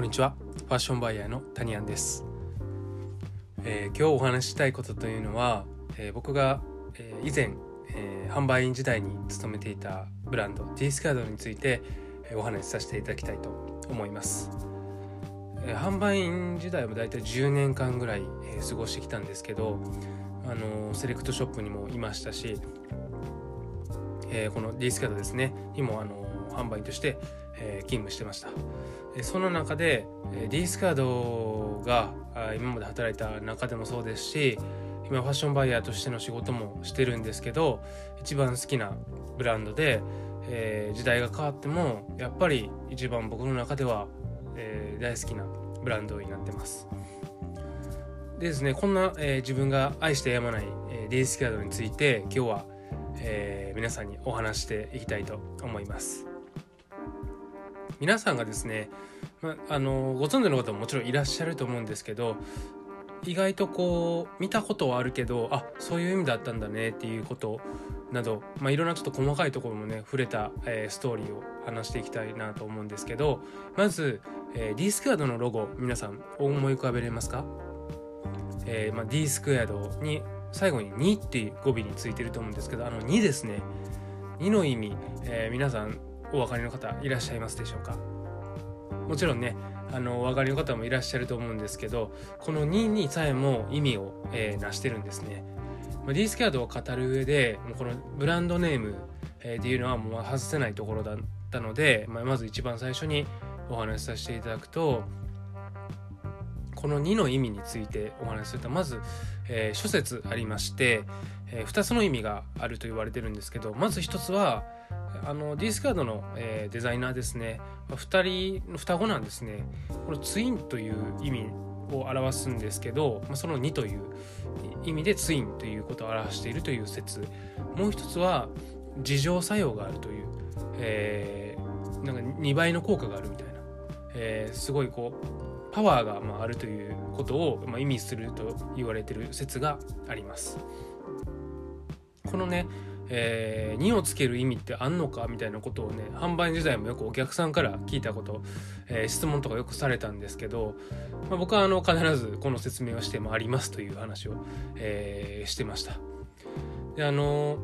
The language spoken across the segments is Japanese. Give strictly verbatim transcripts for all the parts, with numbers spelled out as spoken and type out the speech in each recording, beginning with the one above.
にちは。ファッションバイヤーのタニアンです。えー、今日お話ししたいことというのは、えー、僕が、えー、以前、えー、販売員時代に勤めていたブランド D スクワッドについて、えー、お話しさせていただきたいと思います。えー、販売員時代もだいたいじゅうねんかんぐらい、えー、過ごしてきたんですけど、あのー、セレクトショップにもいましたし、えー、この D スクワッドですねにも、あのー、販売員として、えー、勤務してました。その中で D スクワッドが今まで働いた中でもそうですし、今ファッションバイヤーとしての仕事もしてるんですけど、一番好きなブランドで、えー、時代が変わってもやっぱり一番僕の中では、えー、大好きなブランドになってます。でですね、こんな、えー、自分が愛してやまない、えー、D スクワッドについて今日は、えー、皆さんにお話していきたいと思います。皆さんがですね、ま、あのご存知の方ももちろんいらっしゃると思うんですけど、意外とこう見たことはあるけど、あ、そういう意味だったんだねっていうことなど、まあ、いろんなちょっと細かいところもね触れた、えー、ストーリーを話していきたいなと思うんですけど、まず、えー、D スクワッドのロゴ、皆さん思い浮かべれますか？えーまあ、D スクワッドに最後ににっていう語尾についてると思うんですけど、あのにですね、にの意味、えー、皆さんお分かりの方いらっしゃいますでしょうか？もちろんね、あのお分かりの方もいらっしゃると思うんですけど、このににさえも意味を、えー、成してるんですね。まあ、D スクワッドを語る上で、もうこのブランドネーム、えー、っていうのはもう外せないところだったので、まあ、まず一番最初にお話しさせていただくと、このにの意味についてお話しすると、まず、えー、諸説ありまして、えー、ふたつの意味があると言われてるんですけど、まずひとつはあの D スクワッドの、えー、デザイナーですね、ふたりの双子なんですね。このツインという意味を表すんですけど、まあ、そのにという意味でツインということを表しているという説。もう一つは自浄作用があるという、えー、なんかにばいの効果があるみたいな、えー、すごいこうパワーがまああるということをまあ意味すると言われている説があります。このね、えー、にをつける意味ってあんのかみたいなことをね、販売時代もよくお客さんから聞いたこと、えー、質問とかよくされたんですけど、まあ、僕はあの必ずこの説明をしてもありますという話を、えー、してました。で、あの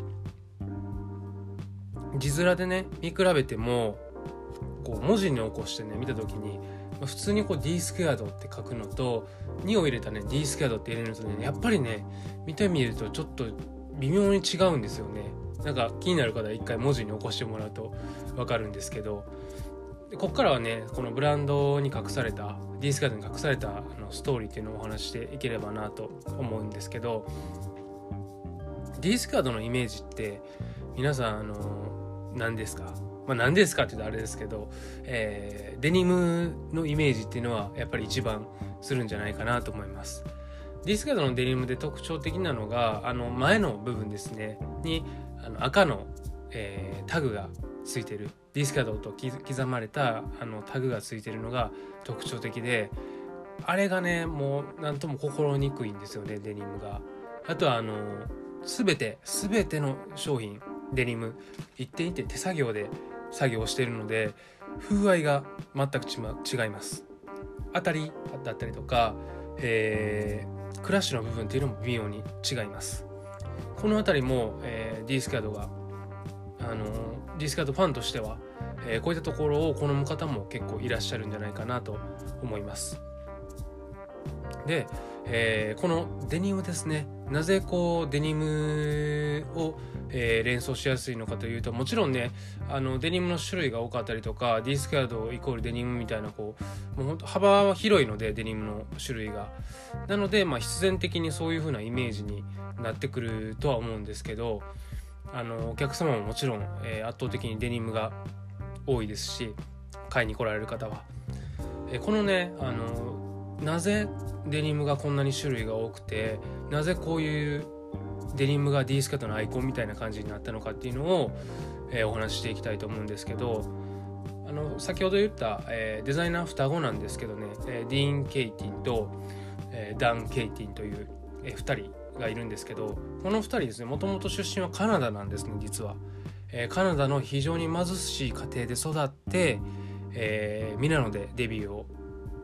ー、字面でね見比べてもこう文字に起こしてね見た時に、まあ、普通にこう D スクワッドって書くのとにを入れたね D スクワッドって入れるのとね、やっぱりね見てみるとちょっと微妙に違うんですよね。なんか気になる方は一回文字に起こしてもらうと分かるんですけど、ここからはねこのブランドに隠された D スクワッドに隠されたあのストーリーっていうのをお話ししていければなと思うんですけど、 D スクワッドのイメージって皆さんあの何ですか？まあ何ですかって言うとあれですけど、えー、デニムのイメージっていうのはやっぱり一番するんじゃないかなと思います。D スクワッドのデニムで特徴的なのが、あの前の部分ですねにあの赤の、えー、タグがついてる D スクワッドと刻まれたあのタグがついてるのが特徴的で、あれがねもうなんとも心にくいんですよね、デニムが。あとはあの全て全ての商品デニム一点一点手作業で作業しているので、風合いが全くち、ま、違います。当たりだったりとか、えークラッシュの部分っていうのも微妙に違います。このあたりも、えー、D スクワッドがあの D スクワッドファンとしては、えー、こういったところを好む方も結構いらっしゃるんじゃないかなと思います。で、えー、このデニムですね、なぜこうデニムを、えー、連想しやすいのかというと、もちろんねあのデニムの種類が多かったりとか D スクワッドイコールデニムみたいなこうもうほんと幅は広いので、デニムの種類がなので、まあ、必然的にそういう風なイメージになってくるとは思うんですけど、あのお客様ももちろん、えー、圧倒的にデニムが多いですし、買いに来られる方は、えー、このねあのなぜデニムがこんなに種類が多くて、なぜこういうデニムが D スクワッドのアイコンみたいな感じになったのかっていうのを、えー、お話ししていきたいと思うんですけど、あの先ほど言った、えー、デザイナー双子なんですけどね、えー、ディーン・ケイティンと、えー、ダン・ケイティンという、えー、ふたりがいるんですけど、このふたりですね、もともと出身はカナダなんですね、実は。えー、カナダの非常に貧しい家庭で育って、えー、ミラノでデビューを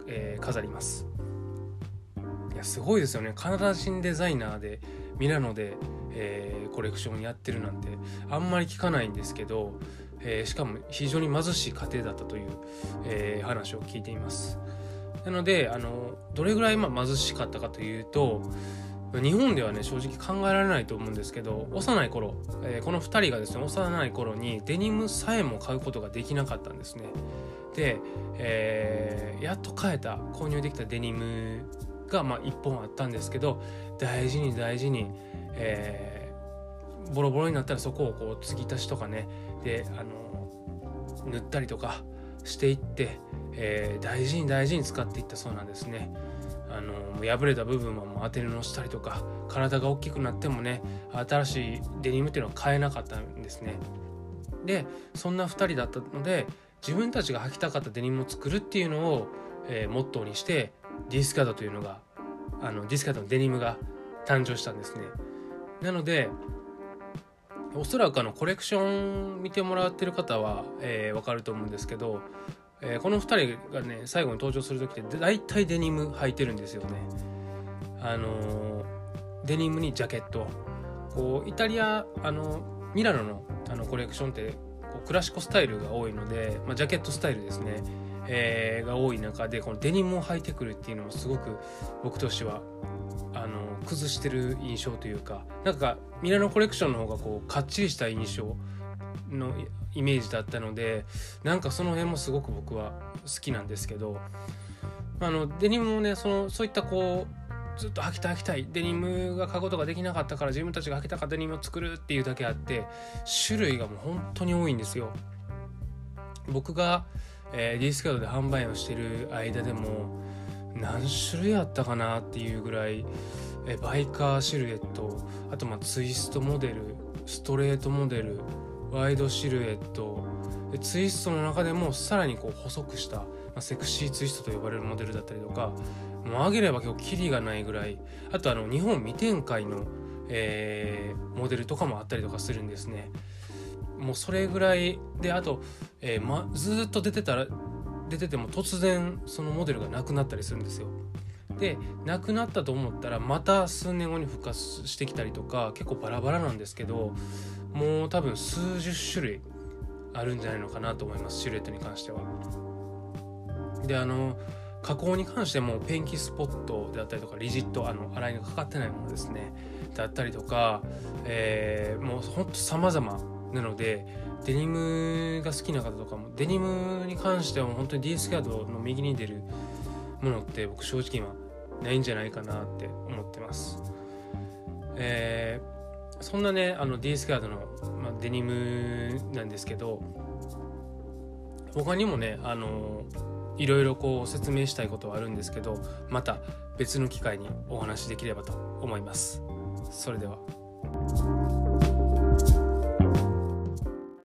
えー、飾ります。いやすごいですよね。カナダ人デザイナーでミラノで、えー、コレクションやってるなんてあんまり聞かないんですけど、えー、しかも非常に貧しい家庭だったという、えー、話を聞いています。なのであのどれぐらいまあ貧しかったかというと、日本ではね正直考えられないと思うんですけど、幼い頃、えー、このふたりがですね幼い頃にデニムさえも買うことができなかったんですね。で、えー、やっと買えた購入できたデニムがまあいっぽんあったんですけど、大事に大事に、えー、ボロボロになったらそこをこう継ぎ足しとかねであの塗ったりとかしていって、えー、大事に大事に使っていったそうなんですね。あの破れた部分はもう当て布したりとか、体が大きくなってもね新しいデニムっていうのは買えなかったんですね。でそんなふたりだったので、自分たちが履きたかったデニムを作るっていうのを、えー、モットーにしてディスカードというのがあのディスカードのデニムが誕生したんですね。なのでおそらくあのコレクション見てもらってる方は、えー、分かると思うんですけど、えー、このふたりがね最後に登場する時って大体デニム履いてるんですよね。あのー、デニムにジャケット、こうイタリアあのミラノのあのコレクションってこうクラシコスタイルが多いので、まあ、ジャケットスタイルですね、えー、が多い中でこのデニムを履いてくるっていうのもすごく僕としてはあの崩してる印象というか、なんかミラノコレクションの方がこうかっちりした印象のイメージだったので、なんかその辺もすごく僕は好きなんですけど、あのデニムもねそのそういったこうずっと履きたい履きたいデニムが買うことができなかったから自分たちが履きたかったデニムを作るっていうだけあって、種類がもう本当に多いんですよ。僕が、えー、ディスカードで販売をしてる間でも何種類あったかなっていうぐらい、えバイカーシルエット、あとまあツイストモデル、ストレートモデル、ワイドシルエットで、ツイストの中でもさらにこう細くした、まあ、セクシーツイストと呼ばれるモデルだったりとか、もう上げれば結構キリがないぐらい、あとあの日本未展開の、えー、モデルとかもあったりとかするんですね。もうそれぐらいで、あと、えーま、ずっと出てたら出てても突然そのモデルがなくなったりするんですよ。でなくなったと思ったらまた数年後に復活してきたりとか、結構バラバラなんですけど、もう多分数十種類あるんじゃないのかなと思います、シルエットに関しては。であの加工に関してもペンキスポットであったりとか、リジットあの洗いがかかってないものですねだったりとか、えー、もうほんと様々なので、デニムが好きな方とかも、デニムに関しては本当に D スキャードの右に出るものって僕正直今ないんじゃないかなって思ってます。えー、そんなねあの D スキャードの、まあ、デニムなんですけど、他にもねあのいろいろこう説明したいことはあるんですけど、また別の機会にお話しできればと思います。それでは。